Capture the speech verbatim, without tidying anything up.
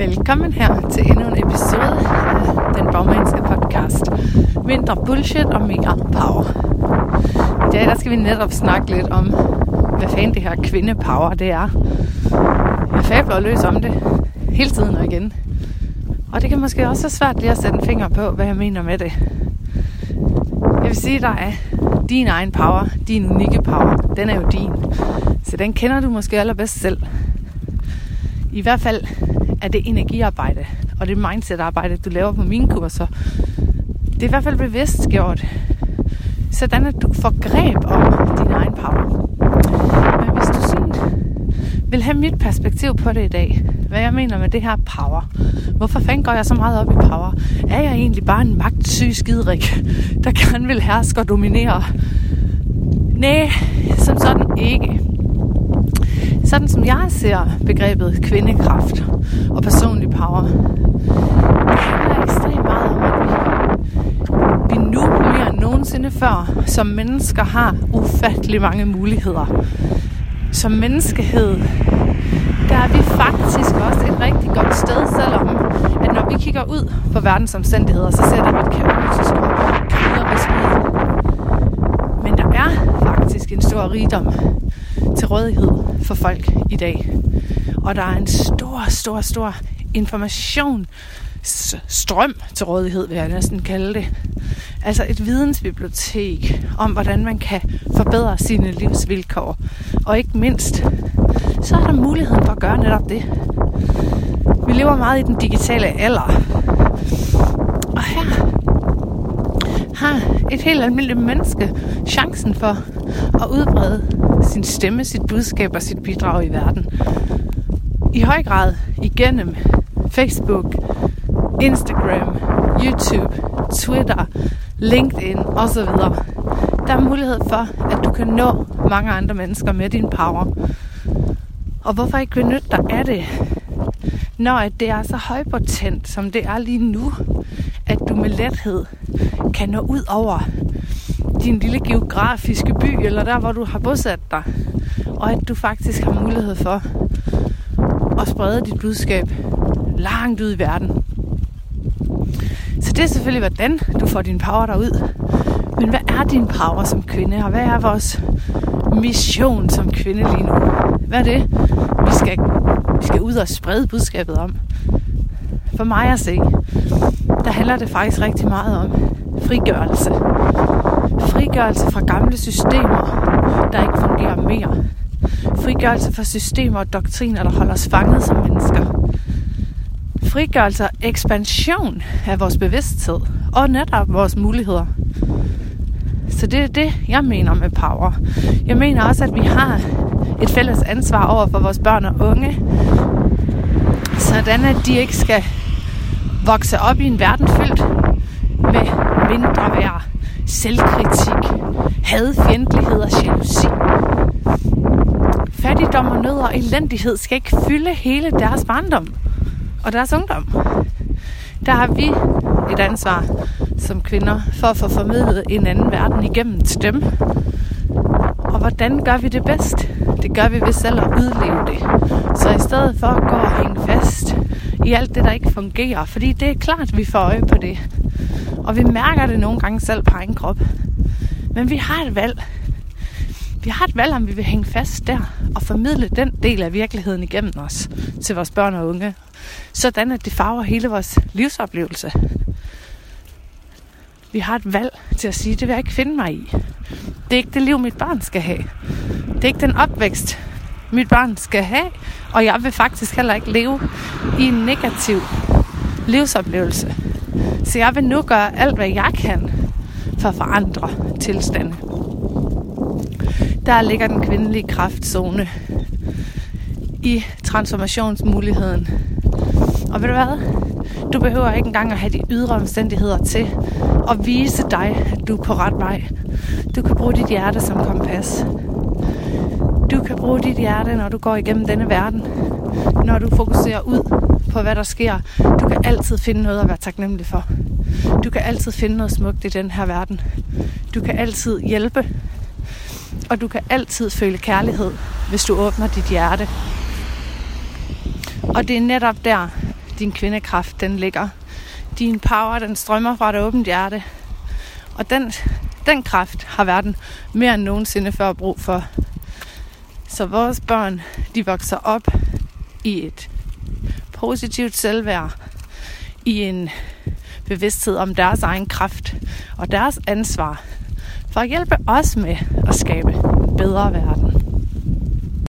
Velkommen her til endnu en episode af den bagmænske podcast. Mindre bullshit og mere power. I dag der skal vi netop snakke lidt om, hvad fanden det her kvindepower det er. Jeg fabler løs om det hele tiden og igen. Og det kan måske også være svært lige at sætte en finger på, hvad jeg mener med det. Jeg vil sige, der er din egen power, din unikke power. Den er jo din. Så den kender du måske allerbedst selv. I hvert fald er det energiarbejde, og det mindset-arbejde, du laver på mine kurser. Det er i hvert fald bevidst gjort, sådan at du får greb om din egen power. Men hvis du sådan vil have mit perspektiv på det i dag, hvad jeg mener med det her power, hvorfor fanden går jeg så meget op i power? Er jeg egentlig bare en magtsyg skiderik, der gerne vil herske og dominere? Næh, som sådan ikke. Sådan som jeg ser begrebet kvindekraft og personlig power, det handler ekstremt meget om, at vi, vi nu mere end nogensinde før som mennesker har ufattelig mange muligheder. Som menneskehed, der er vi faktisk også et rigtig godt sted, selvom at når vi kigger ud på verdens omstændigheder, så ser det ret kaotisk og krigerisk ud. Men der er faktisk en stor rigdom til rådighed for folk i dag. Og der er en stor, stor, stor informationsstrøm til rådighed, vil jeg næsten kalde det. Altså et vidensbibliotek om, hvordan man kan forbedre sine livsvilkår. Og ikke mindst, så er der muligheden for at gøre netop det. Vi lever meget i den digitale alder. Og her har et helt almindeligt menneske chancen for at udbrede sin stemme, sit budskab og sit bidrag i verden. I høj grad igennem Facebook, Instagram, YouTube, Twitter, LinkedIn osv. Der er mulighed for, at du kan nå mange andre mennesker med din power. Og hvorfor ikke benytte dig af det, når det er så højpotent, som det er lige nu, at du med lethed kan nå ud over din lille geografiske by, eller der, hvor du har bosat dig, og at du faktisk har mulighed for at sprede dit budskab langt ud i verden. Så det er selvfølgelig, hvordan du får din power derud. Men hvad er din power som kvinde, og hvad er vores mission som kvinde lige nu? Hvad er det, vi skal, vi skal ud og sprede budskabet om? For mig at se, der handler det faktisk rigtig meget om frigørelse. Frigørelse fra gamle systemer, der ikke fungerer mere. Frigørelse fra systemer og doktriner, der holder os fanget som mennesker. Frigørelse og ekspansion af vores bevidsthed og netop vores muligheder. Så det er det, jeg mener med power. Jeg mener også, at vi har et fælles ansvar over for vores børn og unge, sådan at de ikke skal vokse op i en verden fyldt med mindre værd, selvkritik, had, fjendtlighed og jalousi. Fattigdom og nød og elendighed skal ikke fylde hele deres barndom og deres ungdom. Der har vi et ansvar som kvinder for at få formidlet en anden verden igennem et stemme. Og hvordan gør vi det bedst? Det gør vi ved selv at udleve det. Så i stedet for at gå og hænge fast i alt det, der ikke fungerer, fordi det er klart, at vi får øje på det. Og vi mærker det nogle gange selv på egen krop. Men vi har et valg. Vi har et valg, om vi vil hænge fast der og formidle den del af virkeligheden igennem os til vores børn og unge. Sådan at det farver hele vores livsoplevelse. Vi har et valg til at sige, det vil jeg ikke finde mig i. Det er ikke det liv, mit barn skal have. Det er ikke den opvækst, mit barn skal have. Og jeg vil faktisk heller ikke leve i en negativ livsoplevelse. Så jeg vil nu gøre alt, hvad jeg kan for at forandre tilstande. Der ligger den kvindelige kraftzone i transformationsmuligheden. Og ved du hvad? Du behøver ikke engang at have de ydre omstændigheder til at vise dig, at du er på ret vej. Du kan bruge dit hjerte som kompas. Du kan bruge dit hjerte, når du går igennem denne verden. Når du fokuserer ud på, hvad der sker. Du kan altid finde noget at være taknemmelig for. Du kan altid finde noget smukt i den her verden. Du kan altid hjælpe. Og du kan altid føle kærlighed, hvis du åbner dit hjerte. Og det er netop der, Din kvindekraft, den ligger. Din power, den strømmer fra et åbent hjerte. Og den, den kraft har verden mere end nogensinde før brug for. Så vores børn, de vokser op i et positivt selvværd, i en bevidsthed om deres egen kraft og deres ansvar for at hjælpe os med at skabe en bedre verden.